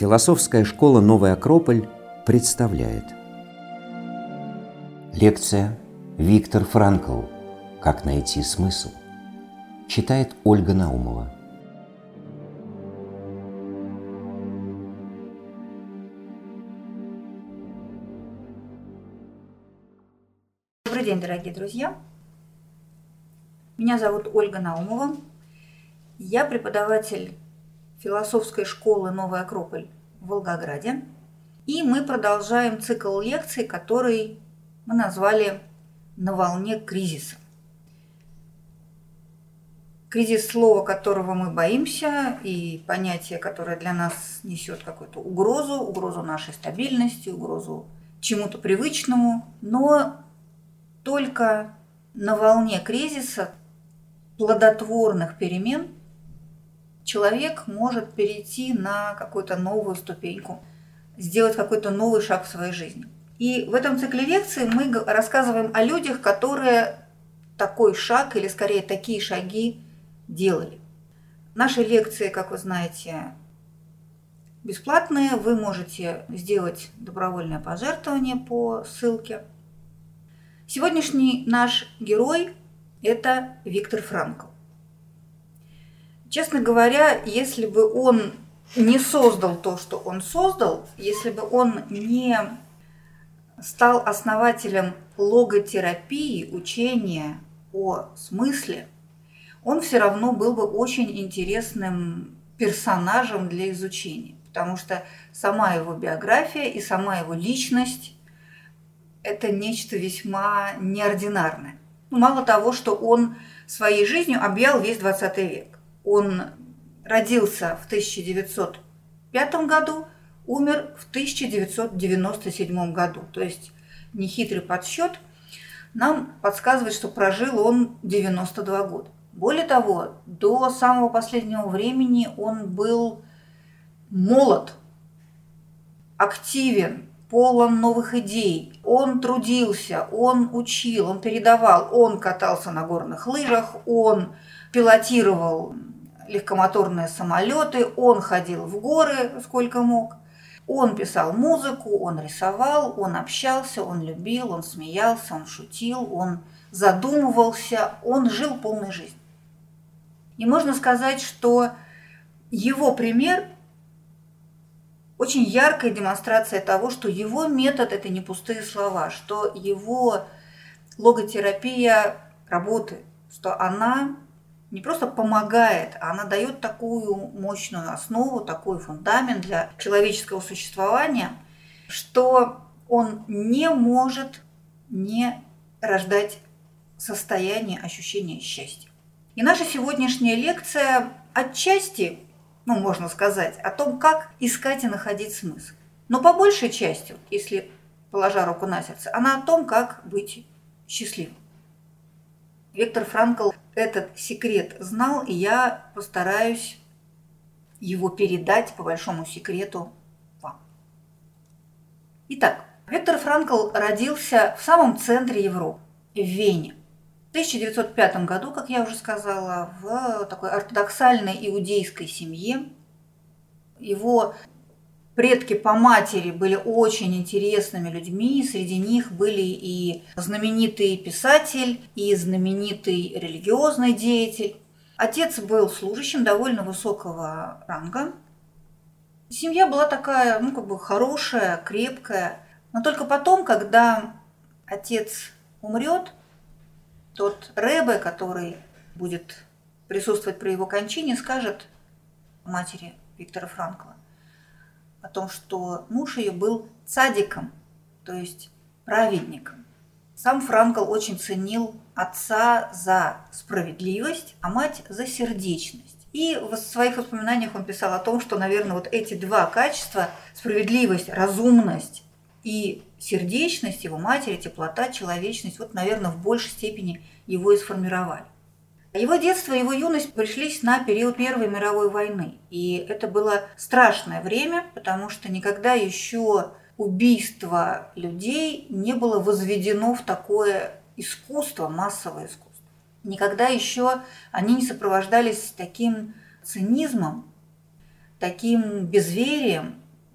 Философская школа «Новый Акрополь» представляет. Лекция «Виктор Франкл. Как найти смысл?» Читает Ольга Наумова. Добрый день, дорогие друзья! Меня зовут Ольга Наумова. Я преподаватель философской школы «Новый Акрополь» в Волгограде. И мы продолжаем цикл лекций, который мы назвали «На волне кризиса». Кризис – слово, которого мы боимся, и понятие, которое для нас несет какую-то угрозу нашей стабильности, угрозу чему-то привычному. Но только на волне кризиса, плодотворных перемен, человек может перейти на какую-то новую ступеньку, сделать какой-то новый шаг в своей жизни. И в этом цикле лекций мы рассказываем о людях, которые такой шаг, или скорее такие шаги, делали. Наши лекции, как вы знаете, бесплатные. Вы можете сделать добровольное пожертвование по ссылке. Сегодняшний наш герой – это Виктор Франкл. Честно говоря, если бы он не создал то, что он создал, если бы он не стал основателем логотерапии, учения о смысле, он все равно был бы очень интересным персонажем для изучения, потому что сама его биография и сама его личность – это нечто весьма неординарное. Мало того, что он своей жизнью объял весь 20 век. Он родился в 1905 году, умер в 1997 году. То есть нехитрый подсчет нам подсказывает, что прожил он 92 года. Более того, до самого последнего времени он был молод, активен, полон новых идей. Он трудился, он учил, он передавал, он катался на горных лыжах, он пилотировал легкомоторные самолеты, он ходил в горы сколько мог, он писал музыку, он рисовал, он общался, он любил, он смеялся, он шутил, он задумывался, он жил полной жизнью. И можно сказать, что его пример очень яркая демонстрация того, что его метод – это не пустые слова, что его логотерапия работает, что она не просто помогает, а она дает такую мощную основу, такой фундамент для человеческого существования, что он не может не рождать состояние ощущения счастья. И наша сегодняшняя лекция отчасти, можно сказать, о том, как искать и находить смысл. Но по большей части, если положа руку на сердце, она о том, как быть счастливым. Виктор Франкл этот секрет знал, и я постараюсь его передать по большому секрету вам. Итак, Виктор Франкл родился в самом центре Европы, в Вене. В 1905 году, как я уже сказала, в такой ортодоксальной иудейской семье. Его предки по матери были очень интересными людьми, среди них были и знаменитый писатель, и знаменитый религиозный деятель. Отец был служащим довольно высокого ранга. Семья была такая, хорошая, крепкая. Но только потом, когда отец умрет, тот ребе, который будет присутствовать при его кончине, скажет матери Виктора Франкла о том, что муж ее был цадиком, то есть праведником. Сам Франкл очень ценил отца за справедливость, а мать за сердечность. И в своих воспоминаниях он писал о том, что, наверное, вот эти два качества – справедливость, разумность и сердечность его матери, теплота, человечность, наверное, в большей степени его и сформировали. Его детство и его юность пришлись на период Первой мировой войны. И это было страшное время, потому что никогда еще убийство людей не было возведено в такое искусство, массовое искусство. Никогда еще они не сопровождались таким цинизмом, таким безверием,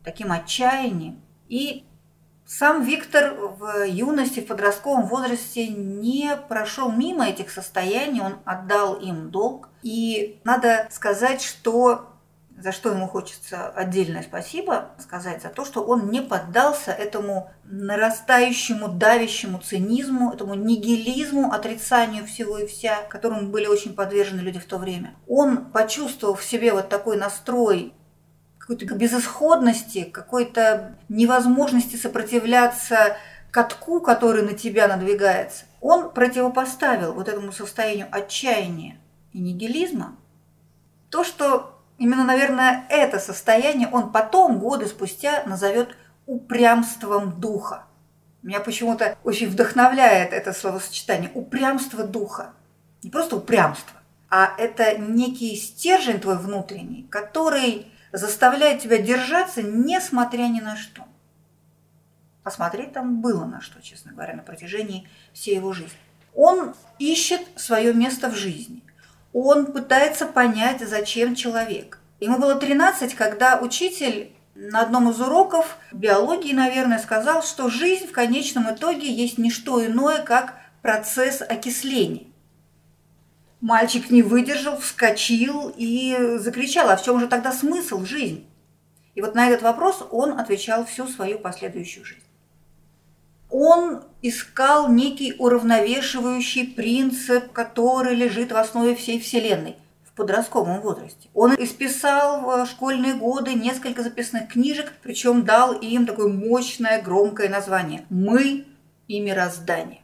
таким отчаянием. И сам Виктор в юности, в подростковом возрасте не прошел мимо этих состояний, он отдал им долг. И надо сказать, что за что ему хочется отдельное спасибо сказать, за то, что он не поддался этому нарастающему, давящему цинизму, этому нигилизму, отрицанию всего и вся, которому были очень подвержены люди в то время. Он почувствовал в себе вот такой настрой какой-то безысходности, какой-то невозможности сопротивляться катку, который на тебя надвигается. Он противопоставил вот этому состоянию отчаяния и нигилизма то, что именно, наверное, это состояние он потом, годы спустя, назовет упрямством духа. Меня почему-то очень вдохновляет это словосочетание «упрямство духа». Не просто упрямство, а это некий стержень твой внутренний, который заставляет тебя держаться, несмотря ни на что. Посмотреть там было на что, честно говоря, на протяжении всей его жизни. Он ищет свое место в жизни. Он пытается понять, зачем человек. Ему было 13, когда учитель на одном из уроков биологии, наверное, сказал, что жизнь в конечном итоге есть не что иное, как процесс окисления. Мальчик не выдержал, вскочил и закричал: а в чем же тогда смысл жизни? И вот на этот вопрос он отвечал всю свою последующую жизнь. Он искал некий уравновешивающий принцип, который лежит в основе всей Вселенной в подростковом возрасте. Он исписал в школьные годы несколько записных книжек, причем дал им такое мощное, громкое название «Мы и мироздание».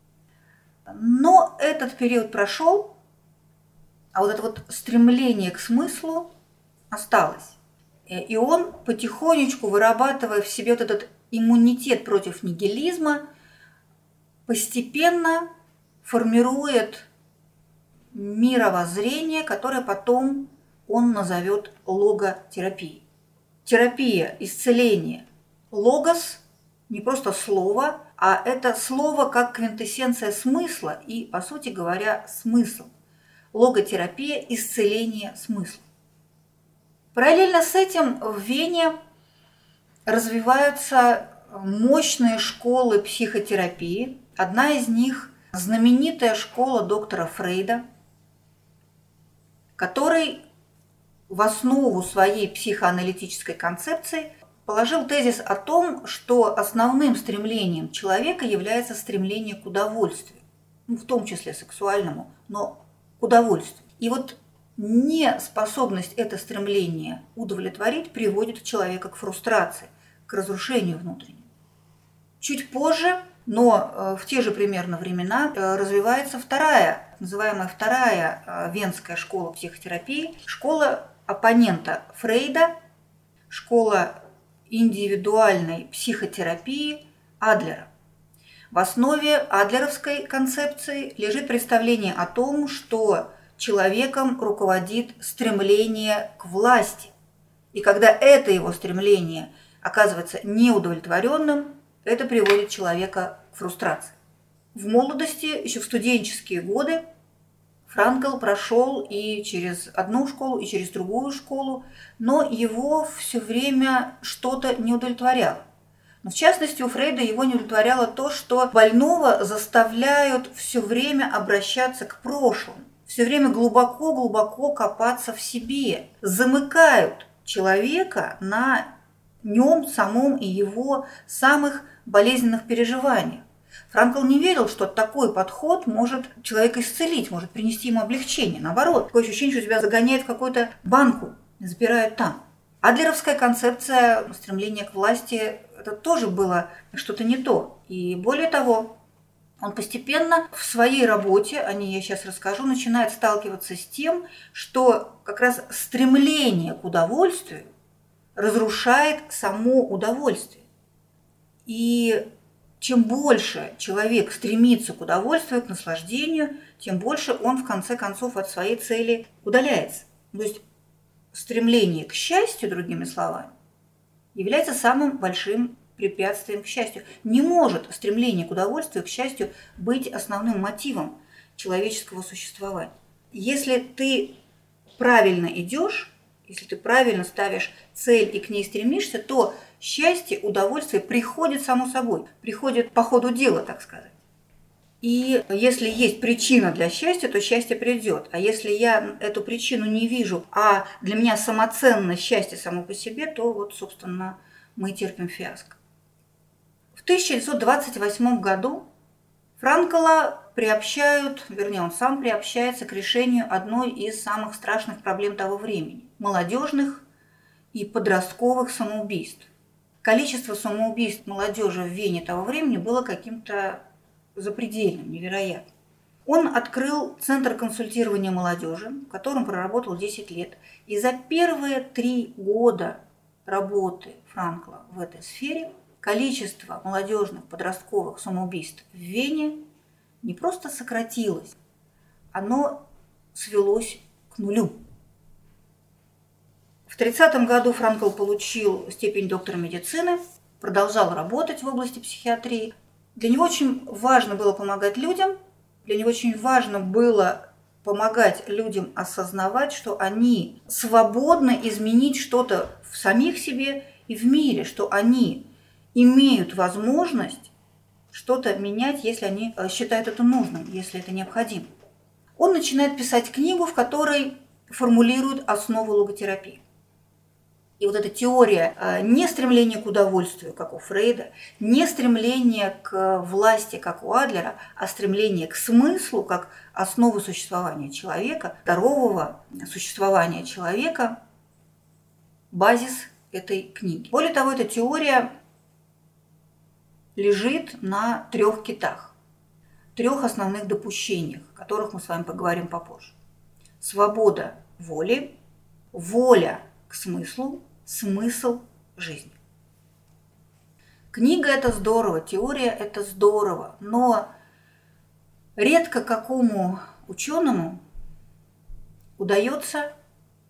Но этот период прошел, а вот это вот стремление к смыслу осталось. И он, потихонечку вырабатывая в себе вот этот иммунитет против нигилизма, постепенно формирует мировоззрение, которое потом он назовет логотерапией. Терапия, исцеление. Логос – не просто слово, а это слово как квинтэссенция смысла и, по сути говоря, смысл. Логотерапия – исцеление смысла. Параллельно с этим в Вене развиваются мощные школы психотерапии. Одна из них – знаменитая школа доктора Фрейда, который в основу своей психоаналитической концепции положил тезис о том, что основным стремлением человека является стремление к удовольствию, в том числе сексуальному, но к удовольствию. И вот неспособность это стремление удовлетворить приводит человека к фрустрации, к разрушению внутреннему. Чуть позже, но в те же примерно времена, развивается называемая вторая венская школа психотерапии, школа оппонента Фрейда, школа индивидуальной психотерапии Адлера. В основе адлеровской концепции лежит представление о том, что человеком руководит стремление к власти. И когда это его стремление оказывается неудовлетворенным, это приводит человека к фрустрации. В молодости, еще в студенческие годы, Франкл прошел и через одну школу, и через другую школу, но его все время что-то не удовлетворяло. Но в частности, у Фрейда его не удовлетворяло то, что больного заставляют все время обращаться к прошлому, все время глубоко-глубоко копаться в себе, замыкают человека на нем самом и его самых болезненных переживаниях. Франкл не верил, что такой подход может человека исцелить, может принести ему облегчение. Наоборот, такое ощущение, что тебя загоняют в какую-то банку, запирают там. Адлеровская концепция стремления к власти – это тоже было что-то не то. И более того, он постепенно в своей работе, о ней я сейчас расскажу, начинает сталкиваться с тем, что как раз стремление к удовольствию разрушает само удовольствие. И чем больше человек стремится к удовольствию, к наслаждению, тем больше он в конце концов от своей цели удаляется. То есть стремление к счастью, другими словами, является самым большим препятствием к счастью. Не может стремление к удовольствию, к счастью, быть основным мотивом человеческого существования. Если ты правильно идешь, если ты правильно ставишь цель и к ней стремишься, то счастье, удовольствие приходит само собой, приходит по ходу дела, так сказать. И если есть причина для счастья, то счастье придет. А если я эту причину не вижу, а для меня самоценно счастье само по себе, то вот, собственно, мы терпим фиаско. В 1928 году Франкла приобщают, вернее, он сам приобщается к решению одной из самых страшных проблем того времени – молодежных и подростковых самоубийств. Количество самоубийств молодежи в Вене того времени было каким-то запредельным, невероятным. Он открыл Центр консультирования молодежи, в котором проработал 10 лет. И за первые 3 года работы Франкла в этой сфере количество молодежных подростковых самоубийств в Вене не просто сократилось, оно свелось к нулю. В 1930 году Франкл получил степень доктора медицины, продолжал работать в области психиатрии. Для него очень важно было помогать людям, для него очень важно было помогать людям осознавать, что они свободны изменить что-то в самих себе и в мире, что они имеют возможность что-то менять, если они считают это нужным, если это необходимо. Он начинает писать книгу, в которой формулирует основу логотерапии. И вот эта теория не стремления к удовольствию, как у Фрейда, не стремление к власти, как у Адлера, а стремление к смыслу, как основу существования человека, здорового существования человека, базис этой книги. Более того, эта теория лежит на 3 китах, 3 основных допущениях, о которых мы с вами поговорим попозже. Свобода воли, воля к смыслу, смысл жизни. Книга – это здорово, теория – это здорово, но редко какому ученому удается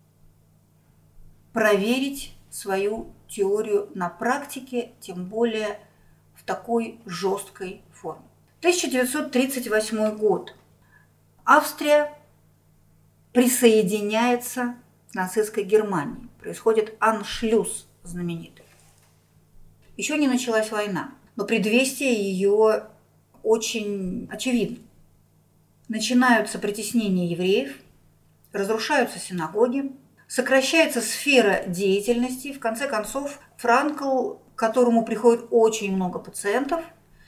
проверить свою теорию на практике, тем более в такой жесткой форме. 1938 год. Австрия присоединяется к нацистской Германии. Происходит аншлюз знаменитый. Еще не началась война, но предвестие ее очень очевидно. Начинаются притеснения евреев, разрушаются синагоги, сокращается сфера деятельности. В конце концов, Франкл, к которому приходит очень много пациентов,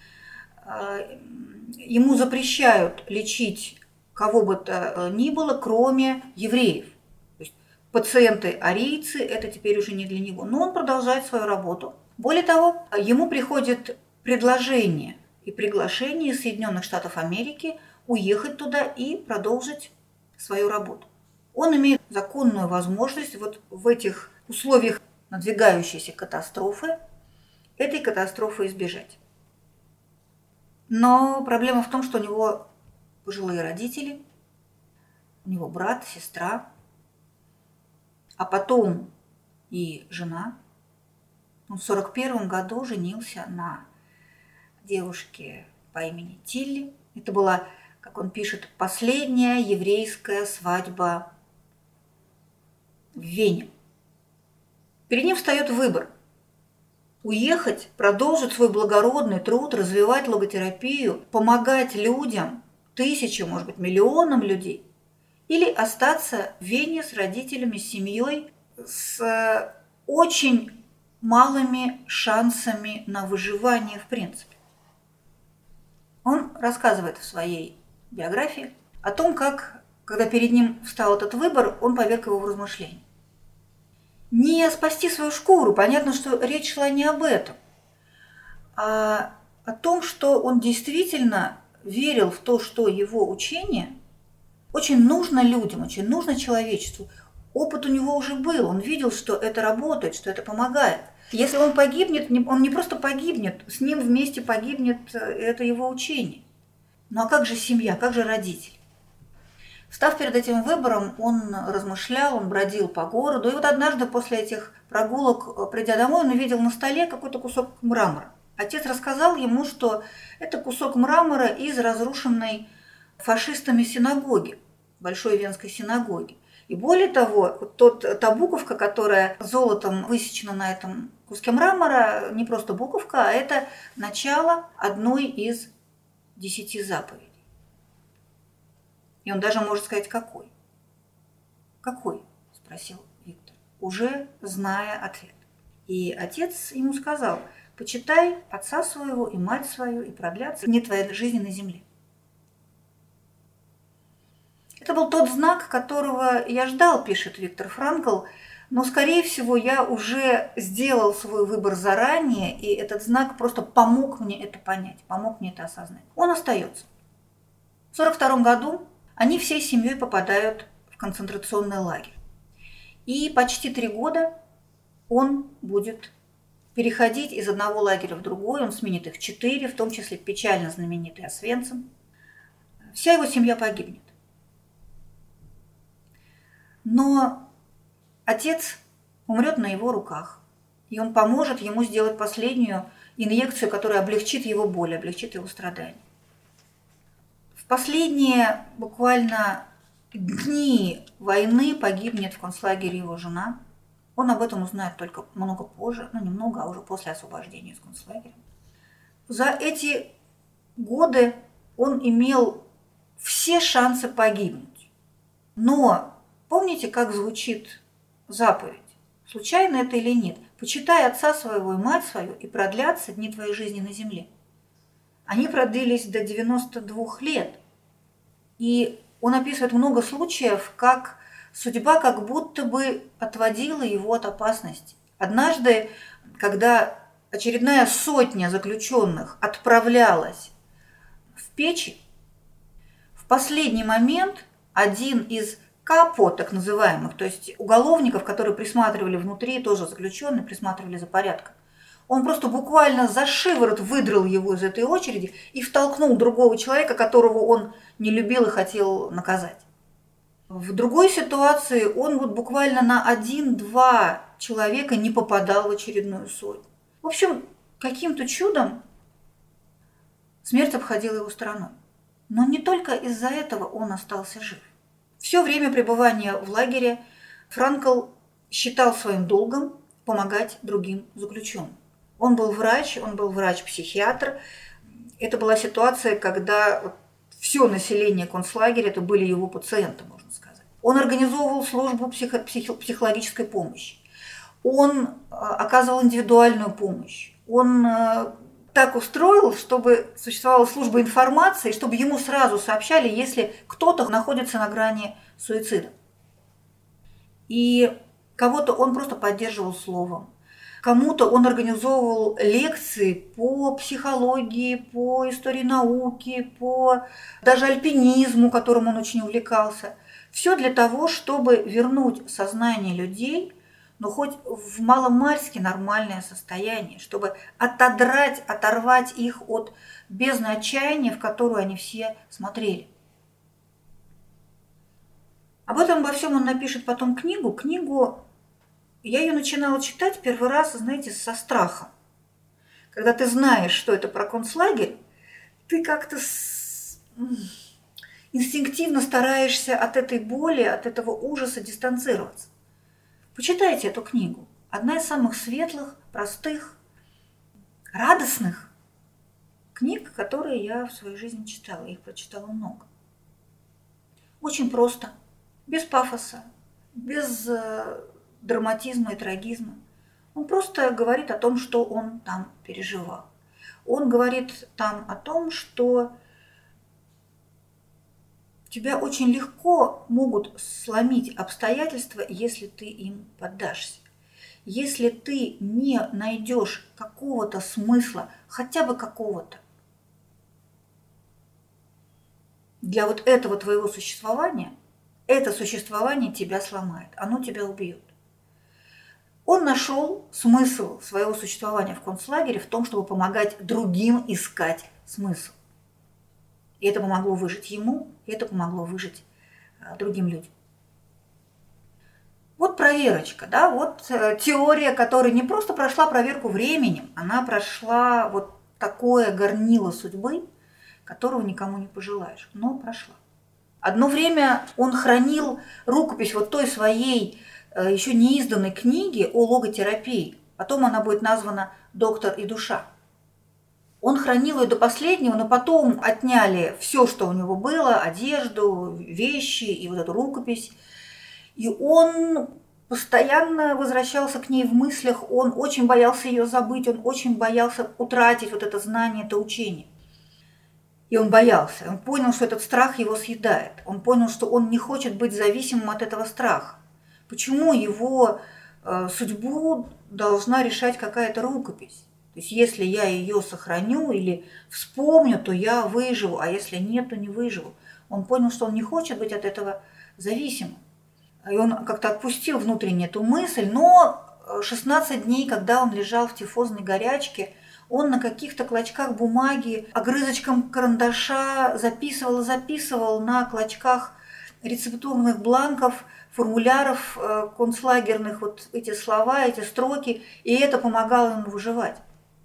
ему запрещают лечить кого бы то ни было, кроме евреев. То есть пациенты-арийцы – это теперь уже не для него. Но он продолжает свою работу. Более того, ему приходит предложение и приглашение из Соединенных Штатов Америки уехать туда и продолжить свою работу. Он имеет законную возможность вот в этих условиях надвигающейся катастрофы, этой катастрофы избежать. Но проблема в том, что у него пожилые родители, у него брат, сестра, а потом и жена. Он в 1941 году женился на девушке по имени Тилли. Это была, как он пишет, последняя еврейская свадьба в Вене. Перед ним встает выбор: уехать, продолжить свой благородный труд, развивать логотерапию, помогать людям, тысячам, может быть, миллионам людей, или остаться в Вене с родителями, с семьей, с очень малыми шансами на выживание в принципе. Он рассказывает в своей биографии о том, как, когда перед ним встал этот выбор, он поверг его в размышления. Не спасти свою шкуру, понятно, что речь шла не об этом, а о том, что он действительно верил в то, что его учение очень нужно людям, очень нужно человечеству. Опыт у него уже был, он видел, что это работает, что это помогает. Если он погибнет, он не просто погибнет, с ним вместе погибнет это его учение. Ну а как же семья, как же родители? Став перед этим выбором, он размышлял, он бродил по городу. И вот однажды после этих прогулок, придя домой, он увидел на столе какой-то кусок мрамора. Отец рассказал ему, что это кусок мрамора из разрушенной фашистами синагоги, Большой Венской синагоги. И более того, вот та буковка, которая золотом высечена на этом куске мрамора, не просто буковка, а это начало одной из 10 заповедей. И он даже может сказать, какой. «Какой?» – спросил Виктор, уже зная ответ. И отец ему сказал: «Почитай отца своего и мать свою, и продлятся дни твоей жизни на земле». Это был тот знак, которого я ждал, пишет Виктор Франкл, но, скорее всего, я уже сделал свой выбор заранее, и этот знак просто помог мне это понять, помог мне это осознать. Он остается. В 1942 году они всей семьей попадают в концентрационный лагерь. И почти 3 года он будет переходить из одного лагеря в другой, он сменит их 4, в том числе печально знаменитый Освенцим. Вся его семья погибнет. Но отец умрет на его руках, и он поможет ему сделать последнюю инъекцию, которая облегчит его боль, облегчит его страдания. В последние буквально дни войны погибнет в концлагере его жена. Он об этом узнает только много позже, немного, а уже после освобождения из концлагеря. За эти годы он имел все шансы погибнуть. Но помните, как звучит заповедь? Случайно это или нет? «Почитай отца своего и мать свою, и продлятся дни твоей жизни на земле». Они продлились до 92 лет. И он описывает много случаев, как судьба как будто бы отводила его от опасности. Однажды, когда очередная сотня заключенных отправлялась в печи, в последний момент один из капо, так называемых, то есть уголовников, которые присматривали внутри, тоже заключенные, присматривали за порядком, он просто буквально за шиворот выдрал его из этой очереди и втолкнул другого человека, которого он не любил и хотел наказать. В другой ситуации он буквально на 1-2 человека не попадал в очередную сотню. В общем, каким-то чудом смерть обходила его стороной. Но не только из-за этого он остался жив. Все время пребывания в лагере Франкл считал своим долгом помогать другим заключенным. Он был врач-психиатр. Это была ситуация, когда все население концлагеря, это были его пациенты, можно сказать. Он организовывал службу психологической помощи. Он оказывал индивидуальную помощь. Он так устроил, чтобы существовала служба информации, чтобы ему сразу сообщали, если кто-то находится на грани суицида. И кого-то он просто поддерживал словом. Кому-то он организовывал лекции по психологии, по истории науки, по даже альпинизму, которым он очень увлекался. Все для того, чтобы вернуть сознание людей, но хоть в маломальски нормальное состояние, чтобы оторвать их от бездны отчаяния, в которую они все смотрели. Об этом обо всем он напишет потом книгу. Я ее начинала читать первый раз, знаете, со страхом. Когда ты знаешь, что это про концлагерь, ты как-то инстинктивно стараешься от этой боли, от этого ужаса дистанцироваться. Почитайте эту книгу. Одна из самых светлых, простых, радостных книг, которые я в своей жизни читала. Я их прочитала много. Очень просто, без пафоса, без драматизма и трагизма. Он просто говорит о том, что он там переживал. Он говорит там о том, что тебя очень легко могут сломить обстоятельства, если ты им поддашься. Если ты не найдешь какого-то смысла, хотя бы какого-то, для этого твоего существования, это существование тебя сломает, оно тебя убьет. Он нашел смысл своего существования в концлагере в том, чтобы помогать другим искать смысл. И это помогло выжить ему, и это помогло выжить другим людям. Вот проверочка, да, теория, которая не просто прошла проверку временем, она прошла такое горнило судьбы, которого никому не пожелаешь, но прошла. Одно время он хранил рукопись вот той своей еще не изданной книги о логотерапии. Потом она будет названа «Доктор и душа». Он хранил ее до последнего, но потом отняли все, что у него было, одежду, вещи и вот эту рукопись. И он постоянно возвращался к ней в мыслях, он очень боялся ее забыть, он очень боялся утратить вот это знание, это учение. И он боялся, он понял, что этот страх его съедает, он понял, что он не хочет быть зависимым от этого страха. Почему его судьбу должна решать какая-то рукопись? То есть если я ее сохраню или вспомню, то я выживу, а если нет, то не выживу. Он понял, что он не хочет быть от этого зависимым. И он как-то отпустил внутренне эту мысль, но 16 дней, когда он лежал в тифозной горячке, он на каких-то клочках бумаги, огрызочком карандаша записывал на клочках рецептурных бланков, формуляров концлагерных вот эти слова, эти строки, и это помогало ему выживать.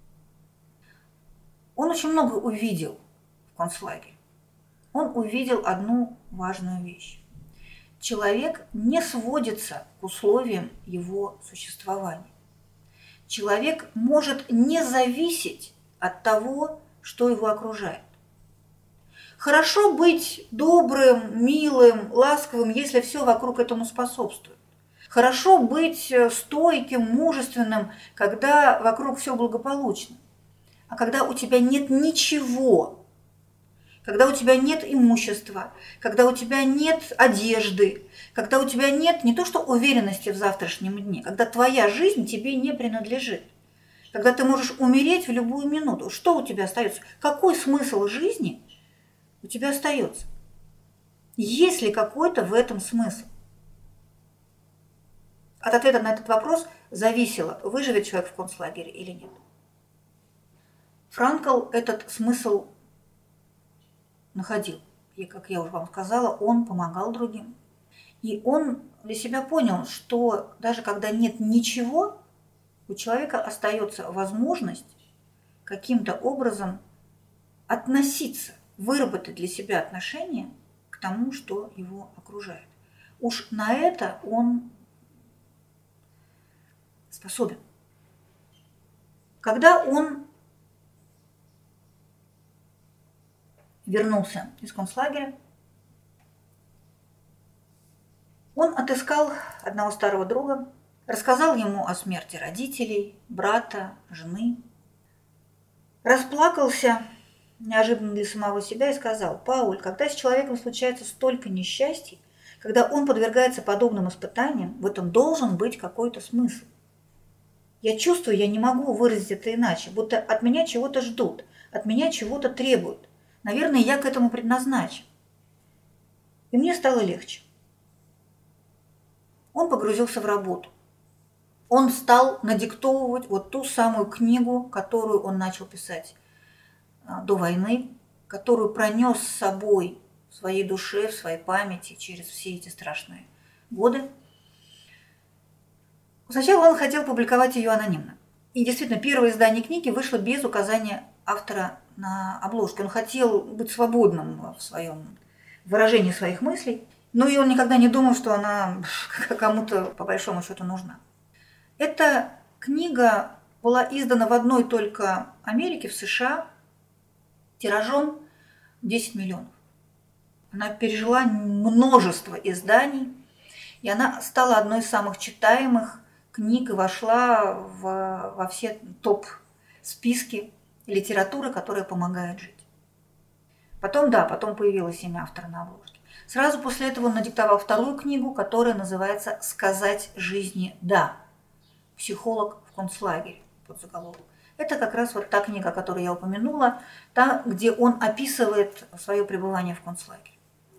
Он очень много увидел в концлагере. Он увидел одну важную вещь. Человек не сводится к условиям его существования. Человек может не зависеть от того, что его окружает. Хорошо быть добрым, милым, ласковым, если все вокруг этому способствует. Хорошо быть стойким, мужественным, когда вокруг все благополучно. А когда у тебя нет ничего, когда у тебя нет имущества, когда у тебя нет одежды, когда у тебя нет не то что уверенности в завтрашнем дне, когда твоя жизнь тебе не принадлежит, когда ты можешь умереть в любую минуту, что у тебя остается? Какой смысл жизни у тебя остается? Есть ли какой-то в этом смысл? От ответа на этот вопрос зависело, выживет человек в концлагере или нет. Франкл этот смысл находил. И, как я уже вам сказала, он помогал другим. И он для себя понял, что даже когда нет ничего, у человека остается возможность каким-то образом относиться, выработать для себя отношение к тому, что его окружает. Уж на это он способен. Когда он вернулся из концлагеря, он отыскал одного старого друга, рассказал ему о смерти родителей, брата, жены, расплакался неожиданно для самого себя и сказал: «Пауль, когда с человеком случается столько несчастий, когда он подвергается подобным испытаниям, в этом должен быть какой-то смысл. Я чувствую, я не могу выразить это иначе, будто от меня чего-то ждут, от меня чего-то требуют. Наверное, я к этому предназначен». И мне стало легче. Он погрузился в работу. Он стал надиктовывать вот ту самую книгу, которую он начал писать до войны, которую пронес с собой в своей душе, в своей памяти через все эти страшные годы. Сначала он хотел публиковать ее анонимно. И действительно, первое издание книги вышло без указания автора на обложке. Он хотел быть свободным в своем выражении своих мыслей, но и он никогда не думал, что она кому-то по большому счету нужна. Эта книга была издана в одной только Америке, в США, тиражом 10 миллионов. Она пережила множество изданий, и она стала одной из самых читаемых книг и вошла во все топ-списки литературы, которая помогает жить. Потом появилось имя автора на обложке. Сразу после этого он надиктовал вторую книгу, которая называется «Сказать жизни да. Психолог в концлагере» под заголовок. Это как раз вот та книга, которую я упомянула, та, где он описывает свое пребывание в концлагере.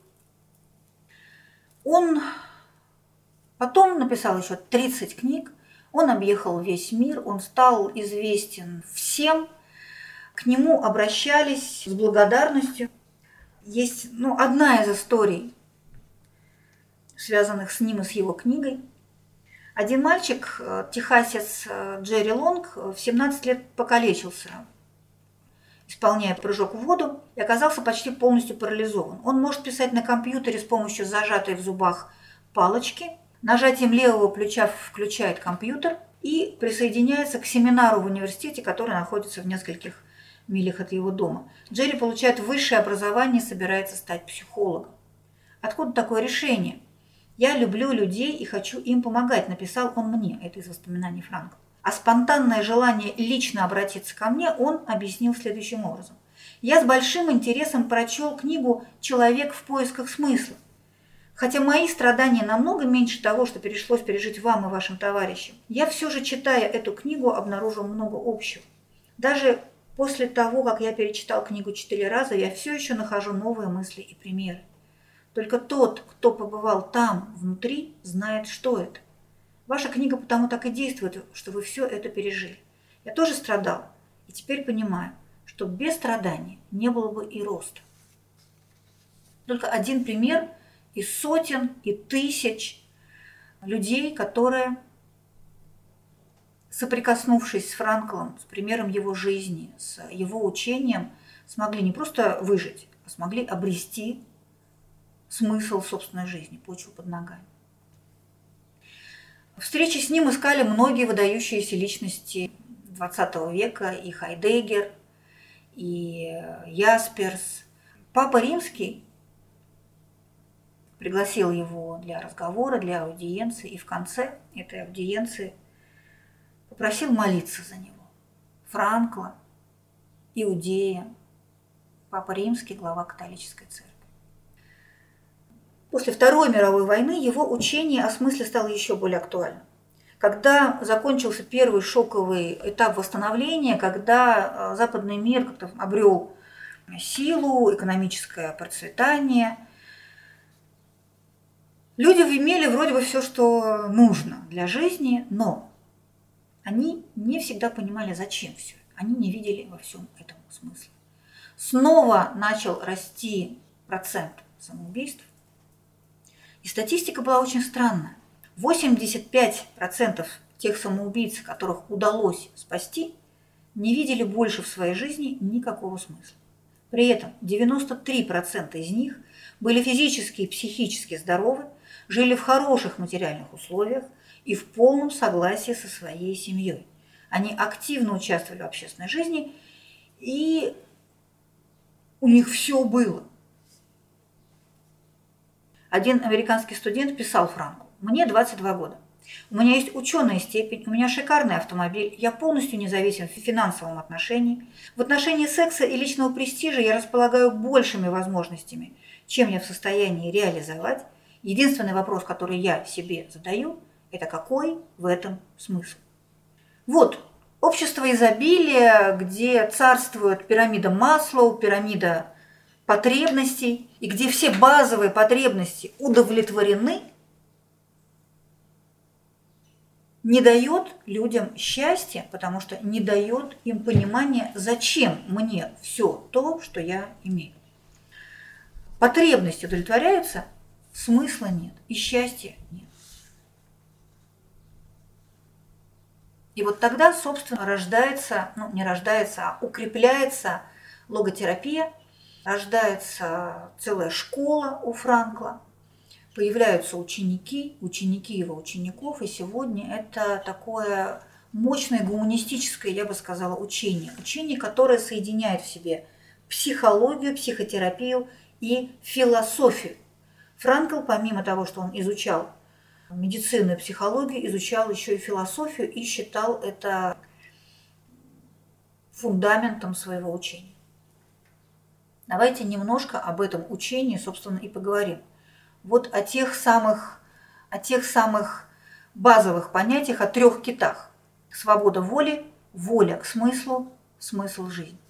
Он потом написал еще 30 книг, он объехал весь мир, он стал известен всем, к нему обращались с благодарностью. Есть одна из историй, связанных с ним и с его книгой. Один мальчик, техасец Джерри Лонг, в 17 лет покалечился исполняя прыжок в воду, и оказался почти полностью парализован. Он может писать на компьютере с помощью зажатой в зубах палочки. Нажатием левого плеча включает компьютер и присоединяется к семинару в университете, который находится в нескольких милях от его дома. Джерри получает высшее образование и собирается стать психологом. Откуда такое решение? «Я люблю людей и хочу им помогать», написал он мне, это из воспоминаний Франкла. А спонтанное желание лично обратиться ко мне он объяснил следующим образом. «Я с большим интересом прочел книгу «Человек в поисках смысла». Хотя мои страдания намного меньше того, что пришлось пережить вам и вашим товарищам, я все же, читая эту книгу, обнаружил много общего. Даже после того, как я перечитал книгу 4 раза, я все еще нахожу новые мысли и примеры. Только тот, кто побывал там, внутри, знает, что это. Ваша книга потому так и действует, что вы все это пережили. Я тоже страдал, и теперь понимаю, что без страданий не было бы и роста». Только один пример из сотен и тысяч людей, которые, соприкоснувшись с Франклом, с примером его жизни, с его учением, смогли не просто выжить, а смогли обрести смысл собственной жизни, почву под ногами. Встречи с ним искали многие выдающиеся личности XX века, и Хайдеггер, и Ясперс. Папа Римский пригласил его для разговора, для аудиенции, и в конце этой аудиенции попросил молиться за него. Франкла, Иудея, Папа Римский, глава католической церкви. После Второй мировой войны его учение о смысле стало еще более актуальным. Когда закончился первый шоковый этап восстановления, когда западный мир как-то обрел силу, экономическое процветание, люди имели вроде бы все, что нужно для жизни, но они не всегда понимали, зачем все. Они не видели во всем этом смысла. Снова начал расти процент самоубийств. И статистика была очень странная. 85% тех самоубийц, которых удалось спасти, не видели больше в своей жизни никакого смысла. При этом 93% из них были физически и психически здоровы, жили в хороших материальных условиях и в полном согласии со своей семьей. Они активно участвовали в общественной жизни, и у них все было. Один американский студент писал Франклу: «Мне 22 года. У меня есть ученая степень, у меня шикарный автомобиль, я полностью независим в финансовом отношении. В отношении секса и личного престижа я располагаю большими возможностями, чем я в состоянии реализовать. Единственный вопрос, который я себе задаю, это какой в этом смысл?» Вот, общество изобилия, где царствует пирамида Маслоу, пирамида потребностей, и где все базовые потребности удовлетворены, не дает людям счастья, потому что не дает им понимания, зачем мне все то, что я имею. Потребности удовлетворяются, смысла нет и счастья нет. И вот тогда, собственно, укрепляется логотерапия, рождается целая школа у Франкла, появляются ученики его учеников, и сегодня это такое мощное гуманистическое, я бы сказала, учение, которое соединяет в себе психологию, психотерапию и философию. Франкл, помимо того, что он изучал медицину и психологию, изучал еще и философию и считал это фундаментом своего учения. Давайте немножко об этом учении, собственно, и поговорим. Вот о тех самых базовых понятиях, о 3 китах. Свобода воли, воля к смыслу, смысл жизни.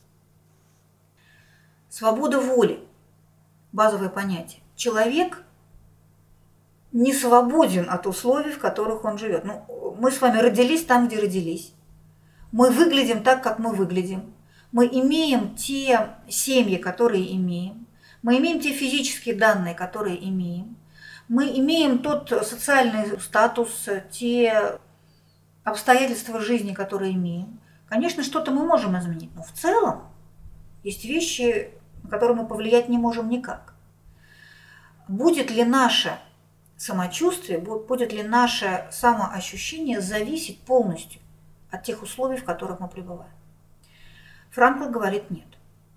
Свобода воли – базовое понятие. Человек не свободен от условий, в которых он живет. Мы с вами родились там, где родились. Мы выглядим так, как мы выглядим. Мы имеем те семьи, которые имеем. Мы имеем те физические данные, которые имеем. Мы имеем тот социальный статус, те обстоятельства жизни, которые имеем. Конечно, что-то мы можем изменить, но в целом Есть вещи, на которые мы повлиять не можем никак. Будет ли наше самочувствие, будет ли наше самоощущение зависеть полностью от тех условий, в которых мы пребываем? Франкл говорит нет.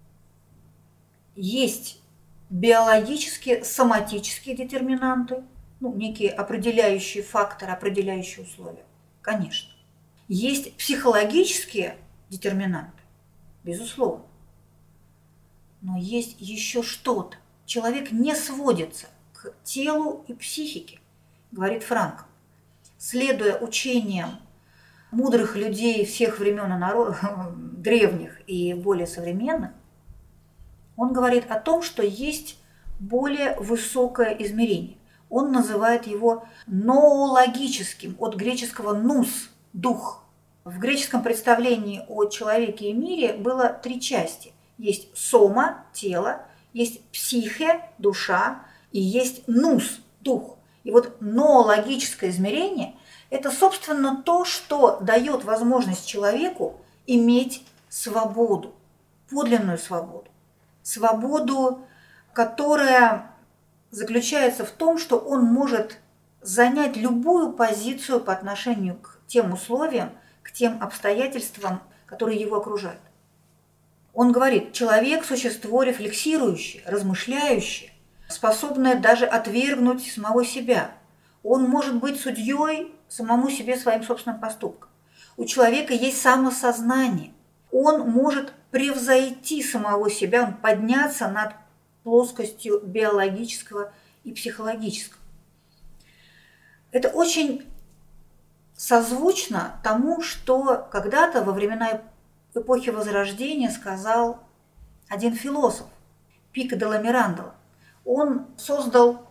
Есть биологические, соматические детерминанты, некие определяющие факторы, определяющие условия. Конечно. Есть психологические детерминанты, безусловно. Но есть еще что-то. Человек не сводится к телу и психике, говорит Франкл. Следуя учениям мудрых людей всех времен и древних и более современных, он говорит о том, что есть более высокое измерение. Он называет его ноологическим, от греческого «нус» – «дух». В греческом представлении о человеке и мире было 3 части. Есть сома – тело, есть психе – душа, и есть нус – дух. И вот ноологическое измерение – это, собственно, то, что дает возможность человеку иметь свободу, подлинную свободу. Свободу, которая заключается в том, что он может занять любую позицию по отношению к тем условиям, к тем обстоятельствам, которые его окружают. Он говорит, человек – существо рефлексирующее, размышляющее, способное даже отвергнуть самого себя. Он может быть судьей самому себе своим собственным поступкам. У человека есть самосознание. Он может превзойти самого себя, он подняться над плоскостью биологического и психологического. Это очень созвучно тому, что когда-то во времена эпохи Возрождения сказал один философ, Пико делла Мирандола. Он создал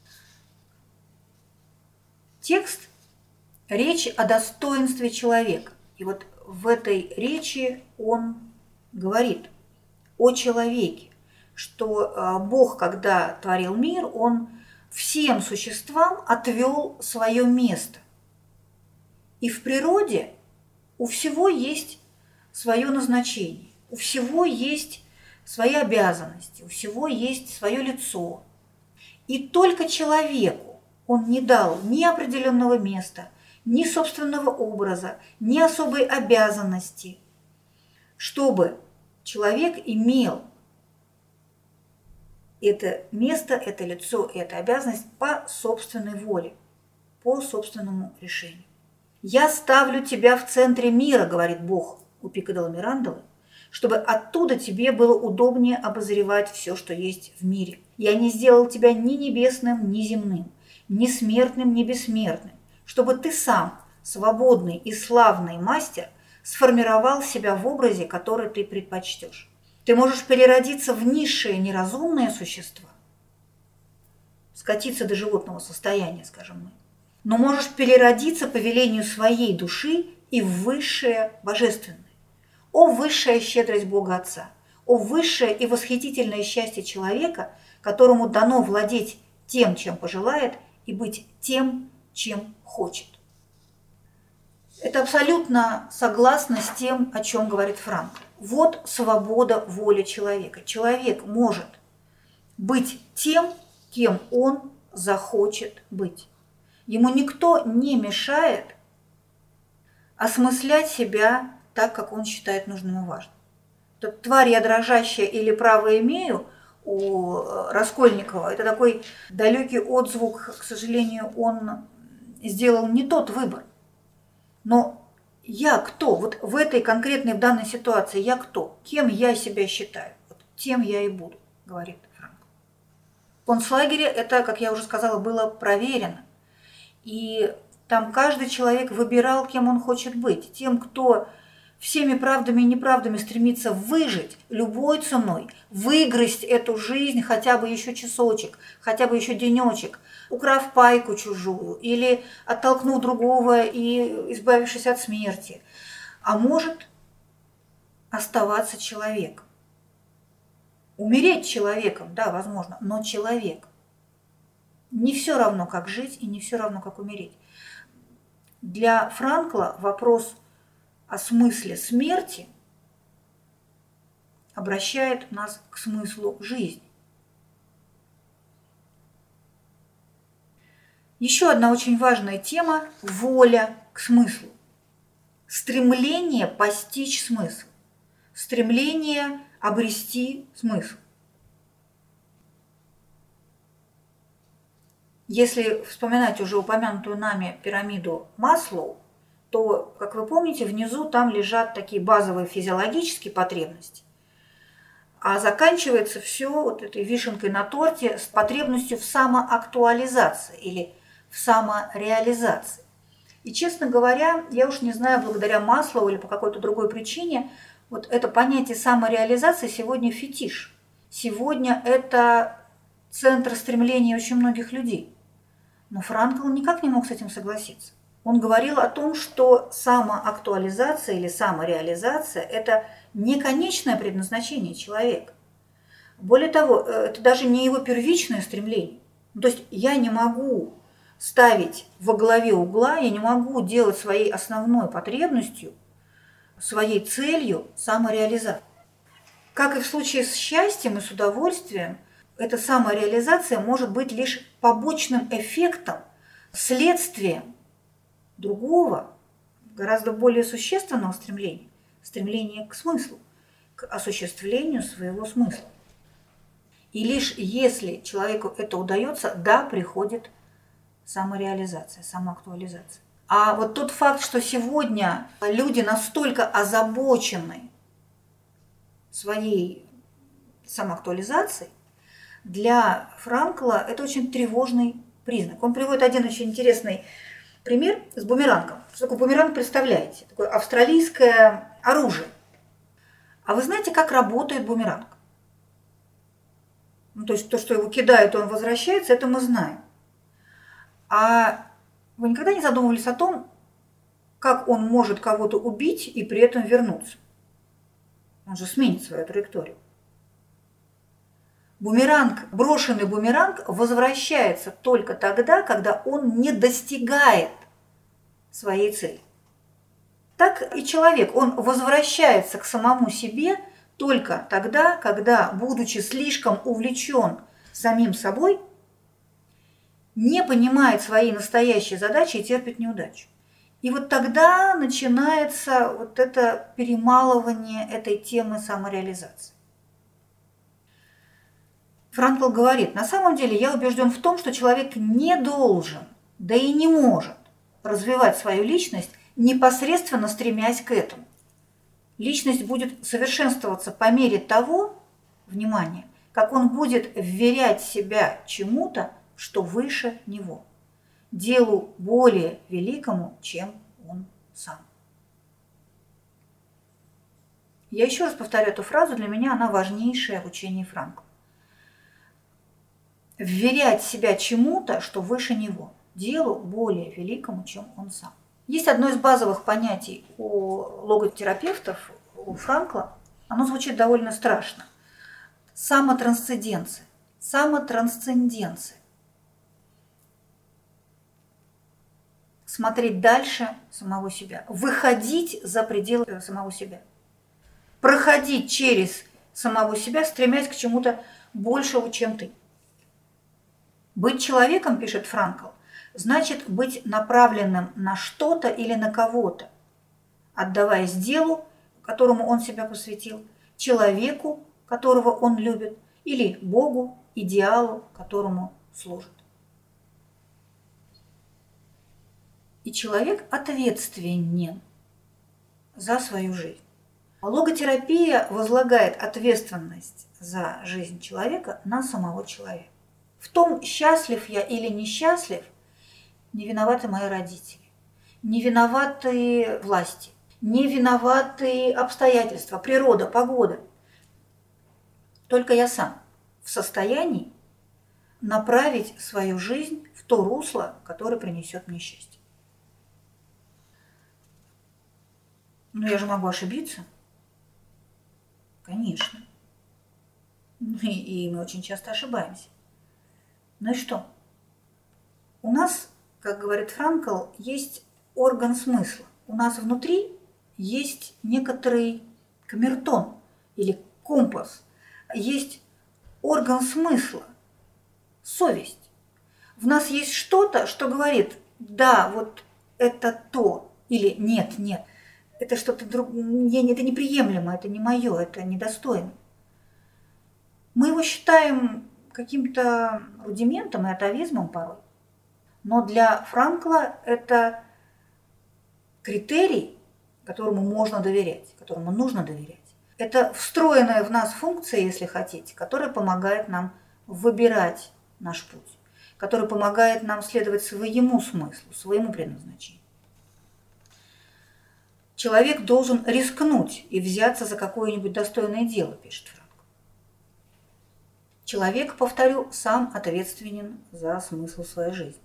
текст «Речь о достоинстве человека». И вот в этой речи он говорит о человеке, что Бог, когда творил мир, Он всем существам отвел свое место. И в природе у всего есть свое назначение, у всего есть свои обязанности, у всего есть свое лицо. И только человеку Он не дал ни определенного места, ни собственного образа, ни особой обязанности, чтобы человек имел это место, это лицо, это обязанность по собственной воле, по собственному решению. «Я ставлю тебя в центре мира, – говорит Бог у Пико делла Мирандолы, – чтобы оттуда тебе было удобнее обозревать все, что есть в мире. Я не сделал тебя ни небесным, ни земным, ни смертным, ни бессмертным, чтобы ты сам, свободный и славный мастер, сформировал себя в образе, который ты предпочтешь. Ты можешь переродиться в низшее неразумное существо, скатиться до животного состояния, скажем мы, но можешь переродиться по велению своей души и в высшее божественное. О высшая щедрость Бога Отца! О высшее и восхитительное счастье человека, которому дано владеть тем, чем пожелает, и быть тем, чем хочет. Это абсолютно согласно с тем, о чем говорит Франкл. Вот свобода воли человека. Человек может быть тем, кем он захочет быть. Ему никто не мешает осмыслять себя так, как он считает нужным и важным. «Тварь я дрожащая» или «право имею» у Раскольникова – это такой далекий отзвук, к сожалению, он сделал не тот выбор. Но я кто? Вот в этой конкретной, в данной ситуации я кто? Кем я себя считаю? Вот тем я и буду, говорит Франкл. В концлагере это, как я уже сказала, было проверено. И там каждый человек выбирал, кем он хочет быть. Тем, кто всеми правдами и неправдами стремится выжить любой ценой, выгрызть эту жизнь хотя бы еще часочек, хотя бы еще денечек, украв пайку чужую или оттолкнув другого и избавившись от смерти, а может оставаться человеком. Умереть человеком, да, возможно, но человек. Не все равно, как жить, и не все равно, как умереть. Для Франкла вопрос о смысле смерти обращает нас к смыслу жизни. Еще одна очень важная тема – воля к смыслу. Стремление постичь смысл, стремление обрести смысл. Если вспоминать уже упомянутую нами пирамиду Маслоу, то, как вы помните, внизу там лежат такие базовые физиологические потребности, а заканчивается все вот этой вишенкой на торте с потребностью в самоактуализации или в самореализации. И, честно говоря, я уж не знаю, благодаря Маслоу или по какой-то другой причине, вот это понятие самореализации сегодня фетиш. Сегодня это центр стремления очень многих людей. Но Франкл никак не мог с этим согласиться. Он говорил о том, что самоактуализация или самореализация – это не конечное предназначение человека. Более того, это даже не его первичное стремление. То есть я не могу ставить во главе угла, я не могу делать своей основной потребностью, своей целью самореализацию. Как и в случае с счастьем и с удовольствием, эта самореализация может быть лишь побочным эффектом, следствием другого, гораздо более существенного стремления к смыслу, к осуществлению своего смысла. И лишь если человеку это удается, да, приходит самореализация, самоактуализация. А вот тот факт, что сегодня люди настолько озабочены своей самоактуализацией, для Франкла это очень тревожный признак. Он приводит один очень интересный пример с бумерангом. Что такое бумеранг, представляете? Такое австралийское оружие. А вы знаете, как работает бумеранг? То есть то, что его кидают, он возвращается, это мы знаем. А вы никогда не задумывались о том, как он может кого-то убить и при этом вернуться? Он же сменит свою траекторию. Брошенный бумеранг возвращается только тогда, когда он не достигает своей цели. Так и человек, он возвращается к самому себе только тогда, когда, будучи слишком увлечен самим собой, не понимает своей настоящей задачи и терпит неудачу. И вот тогда начинается вот это перемалывание этой темы самореализации. Франкл говорит, на самом деле я убежден в том, что человек не должен, да и не может развивать свою личность, непосредственно стремясь к этому. Личность будет совершенствоваться по мере того, внимание, как он будет вверять себя чему-то, что выше него, делу более великому, чем он сам. Я еще раз повторю эту фразу, для меня она важнейшая в учении Франкла. Вверять себя чему-то, что выше него, делу более великому, чем он сам. Есть одно из базовых понятий у логотерапевтов, у Франкла, оно звучит довольно страшно. Самотрансценденция. Самотрансценденция. Смотреть дальше самого себя, выходить за пределы самого себя, проходить через самого себя, стремясь к чему-то большему, чем ты. Быть человеком, пишет Франкл, значит быть направленным на что-то или на кого-то, отдаваясь делу, которому он себя посвятил, человеку, которого он любит, или Богу, идеалу, которому служит. И человек ответственен за свою жизнь. Логотерапия возлагает ответственность за жизнь человека на самого человека. В том, счастлив я или несчастлив, не виноваты мои родители, не виноваты власти, не виноваты обстоятельства, природа, погода. Только я сам в состоянии направить свою жизнь в то русло, которое принесет мне счастье. Но я же могу ошибиться. Конечно. И мы очень часто ошибаемся. Ну и что? У нас, как говорит Франкл, есть орган смысла. У нас внутри есть некоторый камертон или компас, есть орган смысла, совесть. В нас есть что-то, что говорит, да, вот это то, или нет, нет, это что-то другое, это неприемлемо, это не мое, это недостойно. Мы его считаем каким-то рудиментом и атовизмом порой. Но для Франкла это критерий, которому можно доверять, которому нужно доверять. Это встроенная в нас функция, если хотите, которая помогает нам выбирать наш путь, которая помогает нам следовать своему смыслу, своему предназначению. Человек должен рискнуть и взяться за какое-нибудь достойное дело, пишет Франкл. Человек, повторю, сам ответственен за смысл своей жизни.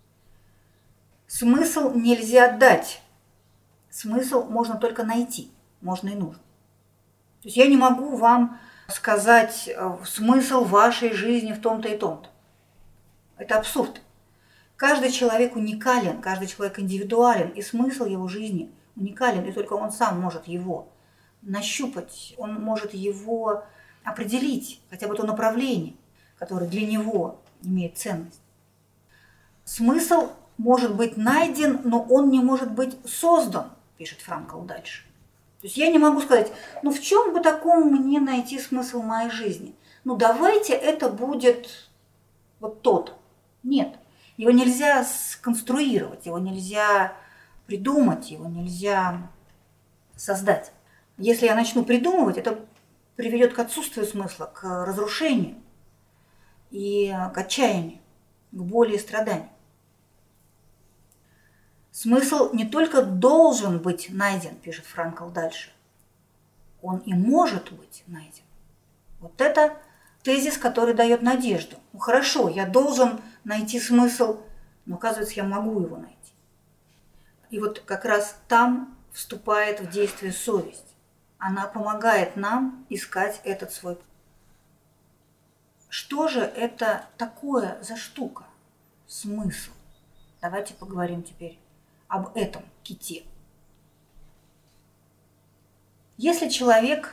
Смысл нельзя дать. Смысл можно только найти, можно и нужно. То есть я не могу вам сказать смысл вашей жизни в том-то и том-то. Это абсурд. Каждый человек уникален, каждый человек индивидуален, и смысл его жизни уникален, и только он сам может его нащупать, он может его определить, хотя бы то направление, которое для него имеет ценность. Смысл может быть найден, но он не может быть создан, пишет Франкл дальше. То есть я не могу сказать, в чем бы таком мне найти смысл моей жизни? Давайте это будет вот то-то. Нет, его нельзя сконструировать, его нельзя придумать, его нельзя создать. Если я начну придумывать, это приведет к отсутствию смысла, к разрушению и к отчаянию, к боли и страданию. Смысл не только должен быть найден, пишет Франкл дальше, он и может быть найден. Вот это тезис, который дает надежду. Хорошо, я должен найти смысл, но оказывается, я могу его найти. И вот как раз там вступает в действие совесть. Она помогает нам искать этот свой путь. Что же это такое за штука? Смысл. Давайте поговорим теперь об этом ките. Если человек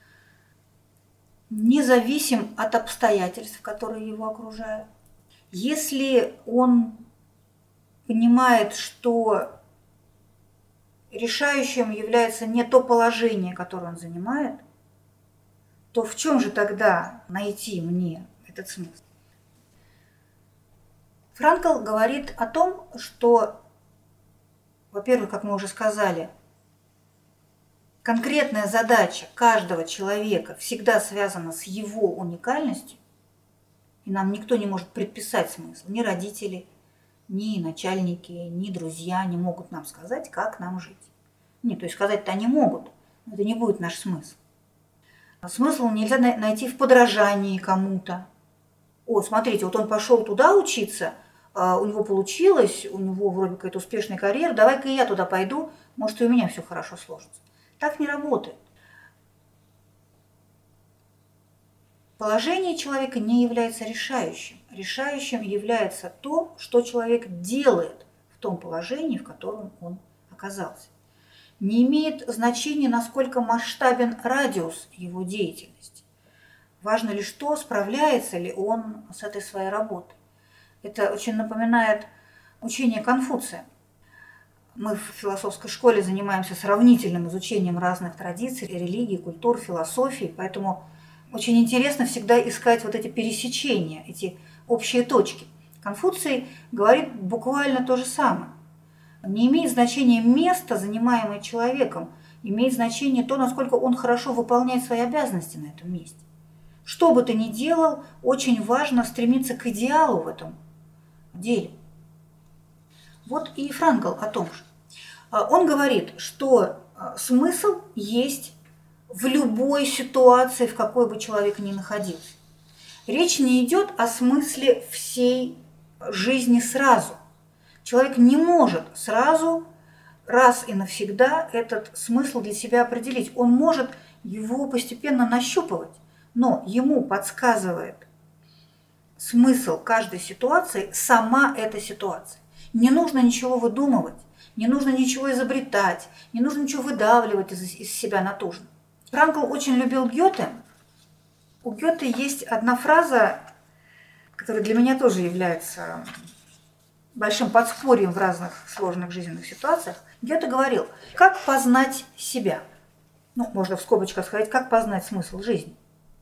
независим от обстоятельств, которые его окружают, если он понимает, что решающим является не то положение, которое он занимает, то в чем же тогда найти мне этот смысл? Франкл говорит о том, что, во-первых, как мы уже сказали, конкретная задача каждого человека всегда связана с его уникальностью, и нам никто не может предписать смысл, ни родители, ни начальники, ни друзья не могут нам сказать, как нам жить. Нет, то есть сказать-то они могут, но это не будет наш смысл. Смысл нельзя найти в подражании кому-то. Смотрите, вот он пошел туда учиться, у него получилось, у него вроде какая-то успешная карьера, давай-ка и я туда пойду, может, и у меня все хорошо сложится. Так не работает. Положение человека не является решающим. Решающим является то, что человек делает в том положении, в котором он оказался. Не имеет значения, насколько масштабен радиус его деятельности. Важно лишь то, справляется ли он с этой своей работой. Это очень напоминает учение Конфуция. Мы в философской школе занимаемся сравнительным изучением разных традиций, религий, культур, философии, поэтому очень интересно всегда искать вот эти пересечения, эти общие точки. Конфуций говорит буквально то же самое. Не имеет значения место, занимаемое человеком, имеет значение то, насколько он хорошо выполняет свои обязанности на этом месте. Что бы ты ни делал, очень важно стремиться к идеалу в этом деле. Вот и Франкл о том же. Он говорит, что смысл есть в любой ситуации, в какой бы человек ни находился. Речь не идет о смысле всей жизни сразу. Человек не может сразу, раз и навсегда этот смысл для себя определить. Он может его постепенно нащупывать, но ему подсказывает смысл каждой ситуации сама эта ситуация. Не нужно ничего выдумывать, не нужно ничего изобретать, не нужно ничего выдавливать из себя натужно. Франкл очень любил Гёте У Гёте есть одна фраза, которая для меня тоже является большим подспорьем в разных сложных жизненных ситуациях. Гёте говорил, как познать себя. Можно в скобочках сказать, как познать смысл жизни.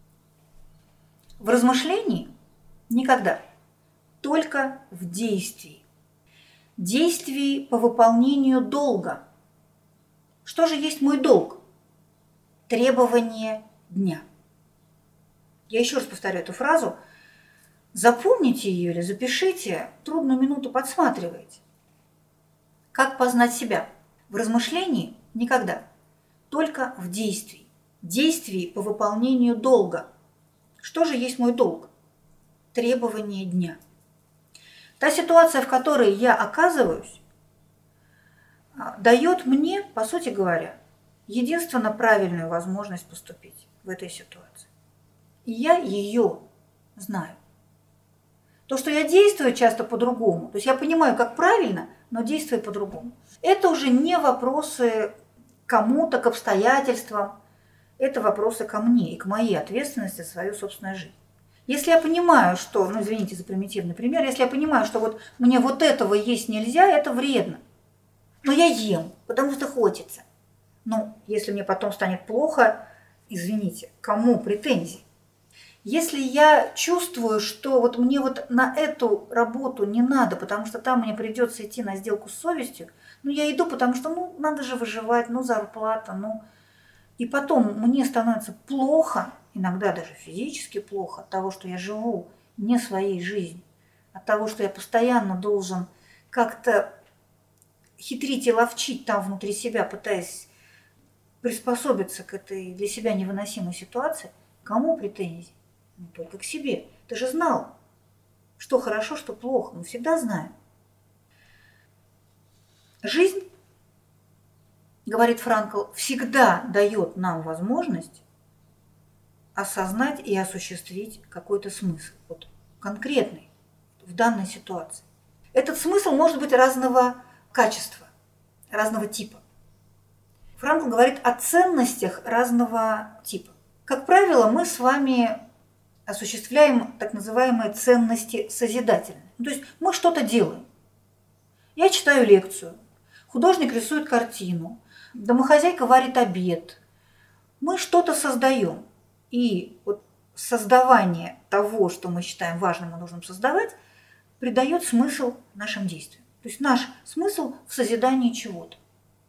В размышлении никогда, только в действии. Действии по выполнению долга. Что же есть мой долг? Требование дня. Я еще раз повторю эту фразу. Запомните ее или запишите, трудную минуту подсматривайте. Как познать себя? В размышлении никогда, только в действии. Действии по выполнению долга. Что же есть мой долг? Требование дня. Та ситуация, в которой я оказываюсь, дает мне, по сути говоря, единственно правильную возможность поступить в этой ситуации. И я ее знаю. То, что я действую часто по-другому, то есть я понимаю, как правильно, но действую по-другому. Это уже не вопросы к кому-то, к обстоятельствам, это вопросы ко мне и к моей ответственности за свою собственную жизнь. Если я понимаю, что, извините за примитивный пример, если я понимаю, что вот мне вот этого есть нельзя, это вредно. Но я ем, потому что хочется. Если мне потом станет плохо, извините, кому претензии? Если я чувствую, что вот мне вот на эту работу не надо, потому что там мне придется идти на сделку с совестью, я иду, потому что, надо же выживать, зарплата, И потом мне становится плохо, иногда даже физически плохо от того, что я живу не своей жизнью, от того, что я постоянно должен как-то хитрить и ловчить там внутри себя, пытаясь приспособиться к этой для себя невыносимой ситуации. Кому претензии? Только к себе. Ты же знал, что хорошо, что плохо. Мы всегда знаем. Жизнь, говорит Франкл, всегда дает нам возможность осознать и осуществить какой-то смысл, конкретный в данной ситуации. Этот смысл может быть разного качества, разного типа. Франкл говорит о ценностях разного типа. Как правило, мы с вами осуществляем так называемые ценности созидательные. То есть мы что-то делаем. Я читаю лекцию, художник рисует картину, домохозяйка варит обед. Мы что-то создаем. И создавание того, что мы считаем важным и нужным создавать, придает смысл нашим действиям. То есть наш смысл в созидании чего-то.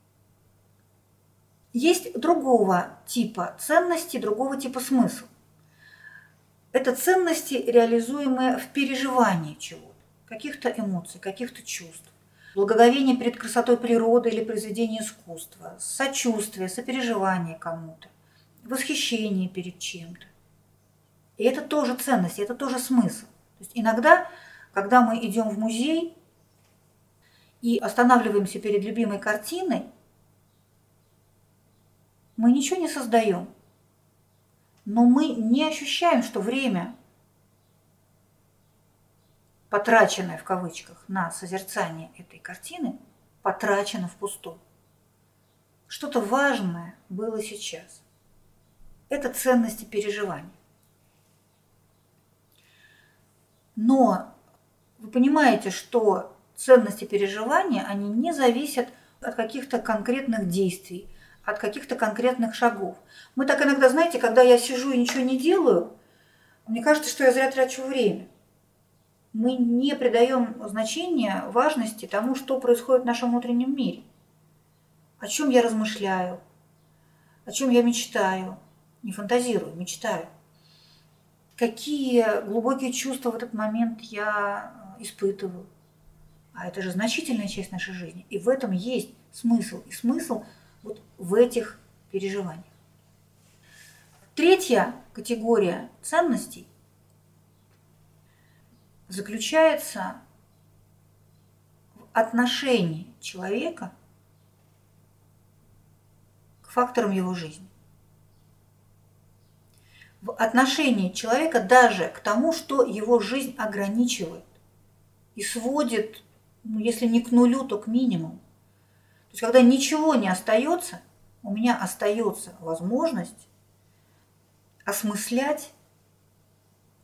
Есть другого типа ценности, другого типа смысл. Это ценности, реализуемые в переживании чего-то, каких-то эмоций, каких-то чувств. Благоговение перед красотой природы или произведения искусства, сочувствие, сопереживание кому-то, восхищение перед чем-то. И это тоже ценность, это тоже смысл. То есть иногда, когда мы идем в музей и останавливаемся перед любимой картиной, мы ничего не создаем, но мы не ощущаем, что время, потраченное в кавычках на созерцание этой картины, потрачено впустую. Что-то важное было сейчас. Это ценности переживаний. Но вы понимаете, что ценности переживания, они не зависят от каких-то конкретных действий, от каких-то конкретных шагов. Мы так иногда, знаете, когда я сижу и ничего не делаю, мне кажется, что я зря трачу время. Мы не придаем значения, важности тому, что происходит в нашем внутреннем мире. О чем я размышляю, о чем я мечтаю, не фантазирую, мечтаю. Какие глубокие чувства в этот момент я испытываю. А это же значительная часть нашей жизни. И в этом есть смысл. И смысл в этих переживаниях. Третья категория ценностей заключается в отношении человека к факторам его жизни. В отношении человека даже к тому, что его жизнь ограничивает и сводит, если не к нулю, то к минимуму. То есть, когда ничего не остается, у меня остается возможность осмыслять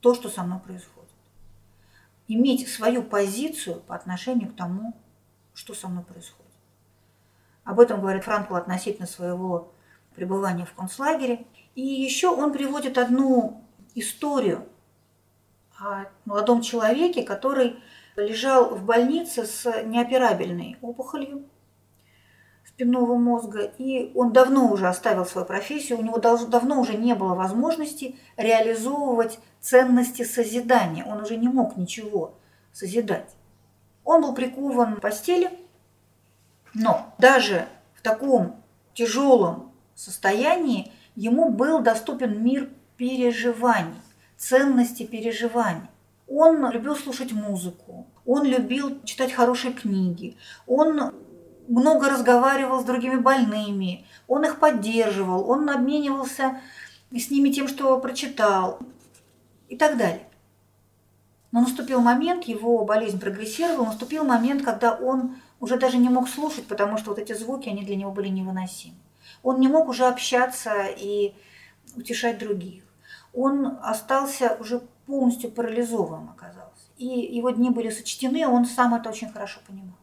то, что со мной происходит. Иметь свою позицию по отношению к тому, что со мной происходит. Об этом говорит Франкл относительно своего пребывания в концлагере. И еще он приводит одну историю о молодом человеке, который лежал в больнице с неоперабельной опухолью спинного мозга, и он давно уже оставил свою профессию, у него давно уже не было возможности реализовывать ценности созидания, он уже не мог ничего созидать. Он был прикован к постели, но даже в таком тяжелом состоянии ему был доступен мир переживаний, ценности переживаний. Он любил слушать музыку, он любил читать хорошие книги, он много разговаривал с другими больными, он их поддерживал, он обменивался с ними тем, что прочитал и так далее. Но наступил момент, его болезнь прогрессировала, наступил момент, когда он уже даже не мог слушать, потому что вот эти звуки, они для него были невыносимы. Он не мог уже общаться и утешать других. Он остался уже полностью парализованным, оказался. И его дни были сочтены, он сам это очень хорошо понимал.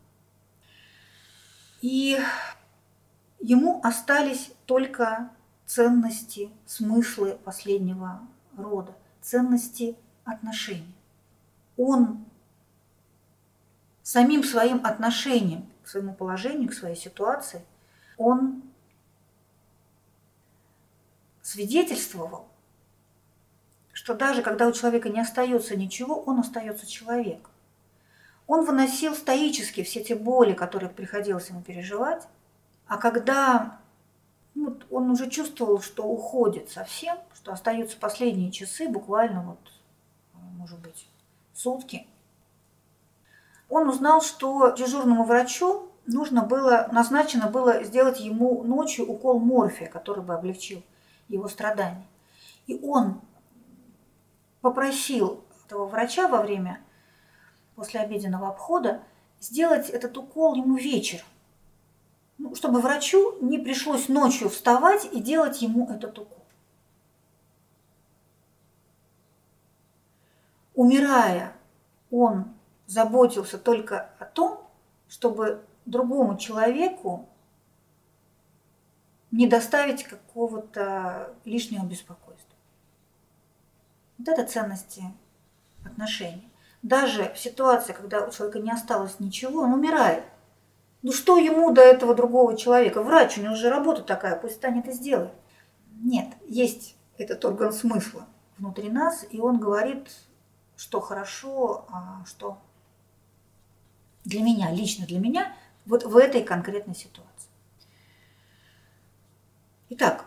И ему остались только ценности, смыслы последнего рода, ценности отношений. Он самим своим отношением к своему положению, к своей ситуации, он свидетельствовал, что даже когда у человека не остается ничего, он остается человеком. Он выносил стоически все те боли, которые приходилось ему переживать, а когда он уже чувствовал, что уходит совсем, что остаются последние часы, буквально может быть, сутки, он узнал, что дежурному врачу назначено было сделать ему ночью укол морфия, который бы облегчил его страдания. И он попросил этого врача во время послеобеденного обхода сделать этот укол ему вечером, чтобы врачу не пришлось ночью вставать и делать ему этот укол. Умирая, он заботился только о том, чтобы другому человеку не доставить какого-то лишнего беспокойства. Вот это ценности отношений. Даже в ситуации, когда у человека не осталось ничего, он умирает. Что ему до этого другого человека? Врач, у него же работа такая, пусть станет и сделает. Нет, есть этот орган смысла внутри нас, и он говорит, что хорошо, а что для меня, лично для меня, вот в этой конкретной ситуации. Итак,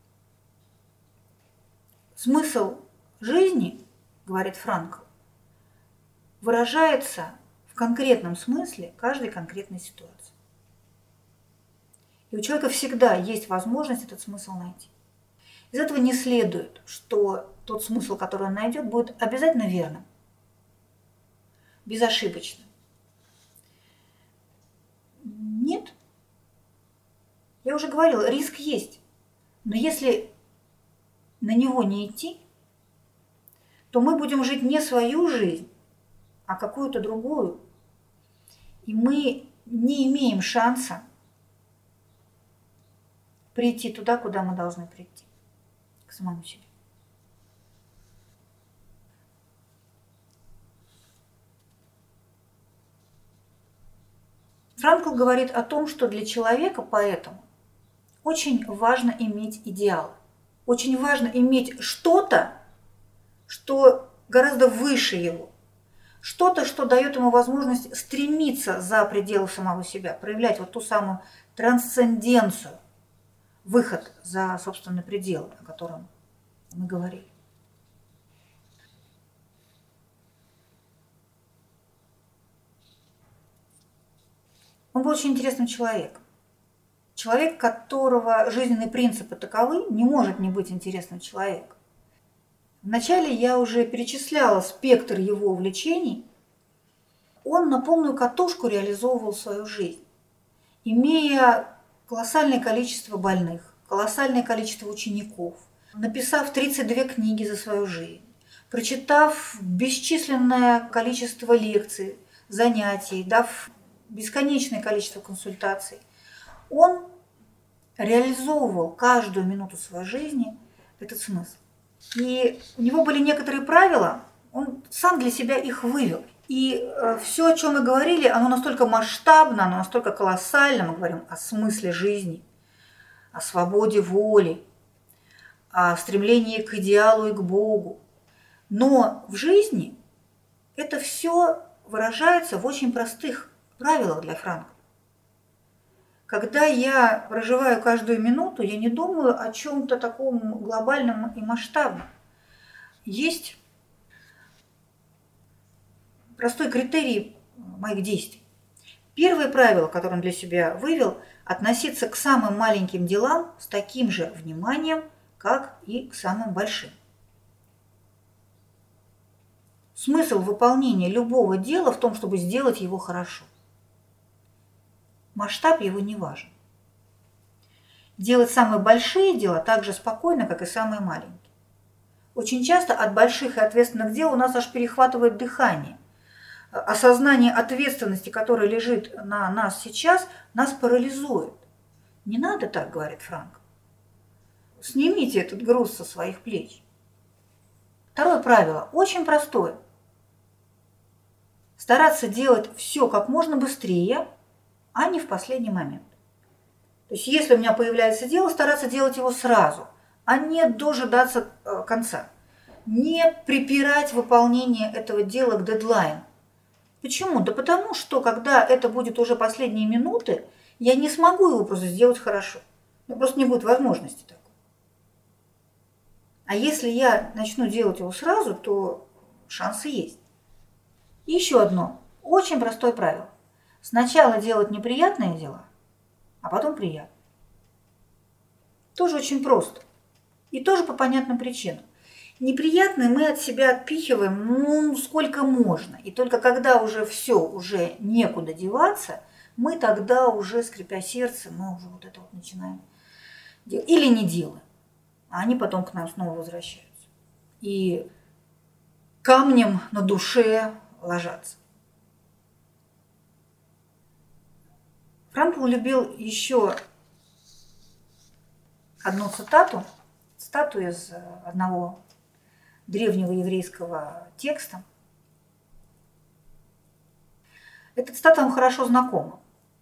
смысл жизни, говорит Франкл, выражается в конкретном смысле каждой конкретной ситуации. И у человека всегда есть возможность этот смысл найти. Из этого не следует, что тот смысл, который он найдет, будет обязательно верным, безошибочным. Нет. Я уже говорила, риск есть. Но если на него не идти, то мы будем жить не свою жизнь, а какую-то другую. И мы не имеем шанса прийти туда, куда мы должны прийти, к самому себе. Франкл говорит о том, что для человека поэтому очень важно иметь идеал. Очень важно иметь что-то, что гораздо выше его. Что-то, что дает ему возможность стремиться за пределы самого себя, проявлять вот ту самую трансценденцию, выход за собственный предел, о котором мы говорили. Он был очень интересным человеком. Человек, которого жизненные принципы таковы, не может не быть интересным человеком. Вначале я уже перечисляла спектр его увлечений. Он на полную катушку реализовывал свою жизнь, имея колоссальное количество больных, колоссальное количество учеников, написав 32 книги за свою жизнь, прочитав бесчисленное количество лекций, занятий, дав бесконечное количество консультаций, он реализовывал каждую минуту своей жизни этот смысл. И у него были некоторые правила, он сам для себя их вывел. И все, о чем мы говорили, оно настолько масштабно, оно настолько колоссально. Мы говорим о смысле жизни, о свободе воли, о стремлении к идеалу и к Богу. Но в жизни это все выражается в очень простых правилах для Франкла. Когда я проживаю каждую минуту, я не думаю о чем-то таком глобальном и масштабном. Есть простой критерий моих действий. Первое правило, которое он для себя вывел – относиться к самым маленьким делам с таким же вниманием, как и к самым большим. Смысл выполнения любого дела в том, чтобы сделать его хорошо. Масштаб его не важен. Делать самые большие дела так же спокойно, как и самые маленькие. Очень часто от больших и ответственных дел у нас аж перехватывает дыхание. Осознание ответственности, которая лежит на нас сейчас, нас парализует. Не надо так, говорит Франкл. Снимите этот груз со своих плеч. Второе правило очень простое. Стараться делать все как можно быстрее, а не в последний момент. То есть если у меня появляется дело, стараться делать его сразу, а не дожидаться конца. Не припирать выполнение этого дела к дедлайну. Почему? Да потому что, когда это будет уже последние минуты, я не смогу его просто сделать хорошо. Просто не будет возможности такой. А если я начну делать его сразу, то шансы есть. И еще одно очень простое правило. Сначала делать неприятные дела, а потом приятные. Тоже очень просто. И тоже по понятным причинам. Неприятные мы от себя отпихиваем, сколько можно. И только когда уже все, уже некуда деваться, мы тогда уже, скрипя сердце, мы уже вот это вот начинаем делать. Или не делаем. А они потом к нам снова возвращаются. И камнем на душе ложатся. Франкл любил еще одну цитату из одного древнего еврейского текста. Эта цитата вам хорошо знакома.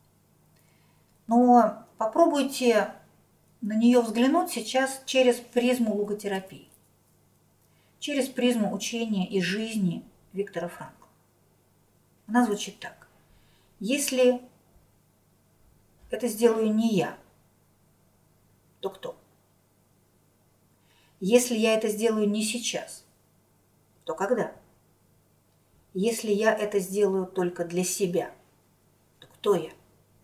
Но попробуйте на нее взглянуть сейчас через призму логотерапии, через призму учения и жизни Виктора Франкла. Она звучит так. Если это сделаю не я, то кто? Если я это сделаю не сейчас, то когда? Если я это сделаю только для себя, то кто я?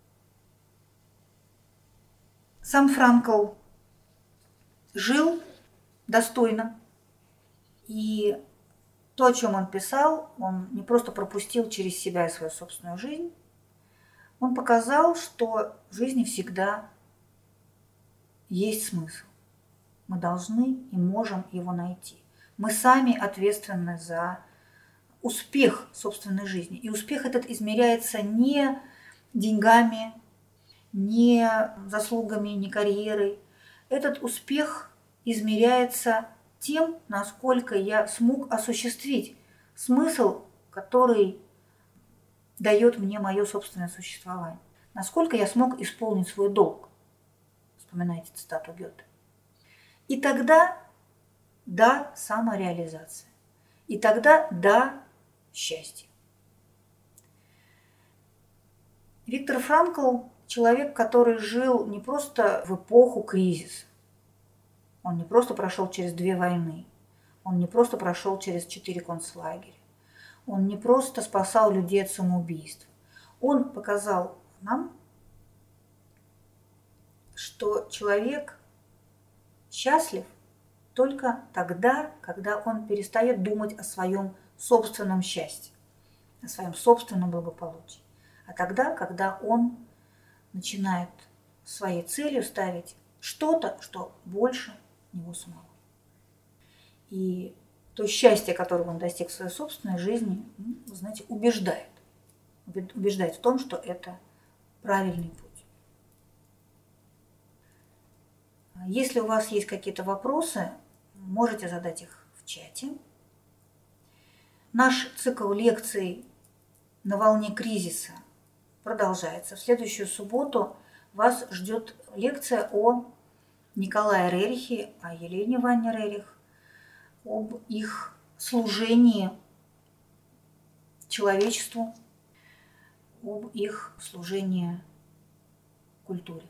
Сам Франкл жил достойно, и то, о чем он писал, он не просто пропустил через себя и свою собственную жизнь, он показал, что в жизни всегда есть смысл. Мы должны и можем его найти. Мы сами ответственны за успех собственной жизни. И успех этот измеряется не деньгами, не заслугами, не карьерой. Этот успех измеряется тем, насколько я смог осуществить смысл, который дает мне мое собственное существование. Насколько я смог исполнить свой долг. Вспоминайте цитату Гёте. И тогда да, самореализация. И тогда да, счастье. Виктор Франкл – человек, который жил не просто в эпоху кризиса. Он не просто прошел через 2 войны. Он не просто прошел через 4 концлагеря. Он не просто спасал людей от самоубийств. Он показал нам, что человек счастлив только тогда, когда он перестает думать о своем собственном счастье, о своем собственном благополучии. А тогда, когда он начинает своей целью ставить что-то, что больше него самого. И то счастье, которого он достиг в своей собственной жизни, вы знаете, убеждает в том, что это правильный путь. Если у вас есть какие-то вопросы, можете задать их в чате. Наш цикл лекций «На волне кризиса» продолжается. В следующую субботу вас ждет лекция о Николае Рерихе, о Елене Ване Рерих, об их служении человечеству, об их служении культуре.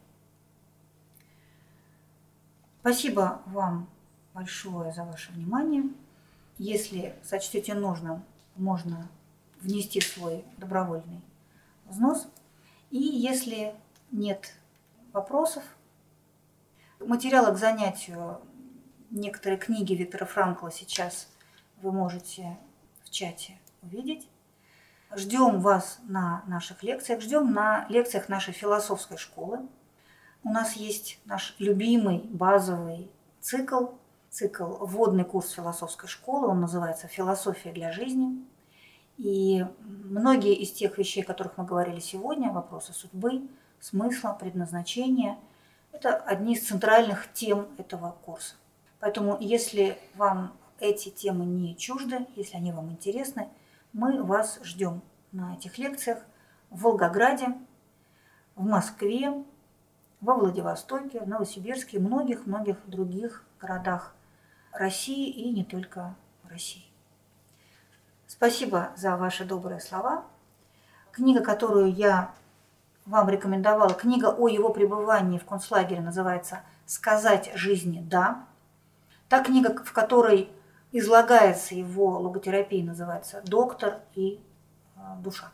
Спасибо вам большое за ваше внимание. Если сочтете нужным, можно внести свой добровольный взнос. И если нет вопросов, материалы к занятию, некоторые книги Виктора Франкла сейчас вы можете в чате увидеть. Ждем вас на наших лекциях, ждем на лекциях нашей философской школы. У нас есть наш любимый базовый цикл «Вводный курс философской школы», он называется «Философия для жизни». И многие из тех вещей, о которых мы говорили сегодня, вопросы судьбы, смысла, предназначения, это одни из центральных тем этого курса. Поэтому, если вам эти темы не чужды, если они вам интересны, мы вас ждем на этих лекциях в Волгограде, в Москве, во Владивостоке, в Новосибирске и многих-многих других городах России и не только в России. Спасибо за ваши добрые слова. Книга, которую я вам рекомендовала, книга о его пребывании в концлагере, называется «Сказать жизни да». Та книга, в которой излагается его логотерапия, называется «Доктор и душа».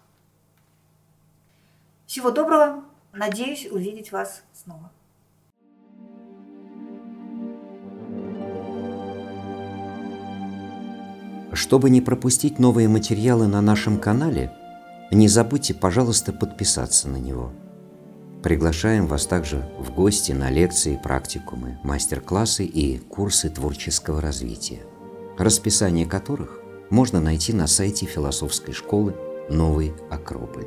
Всего доброго. Надеюсь увидеть вас снова. Чтобы не пропустить новые материалы на нашем канале, не забудьте, пожалуйста, подписаться на него. Приглашаем вас также в гости на лекции, практикумы, мастер-классы и курсы творческого развития, расписание которых можно найти на сайте философской школы «Новый Акрополь»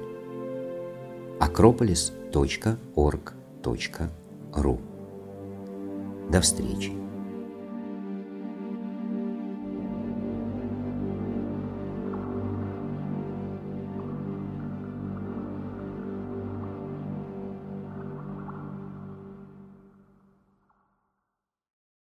acropolis.org.ru. До встречи!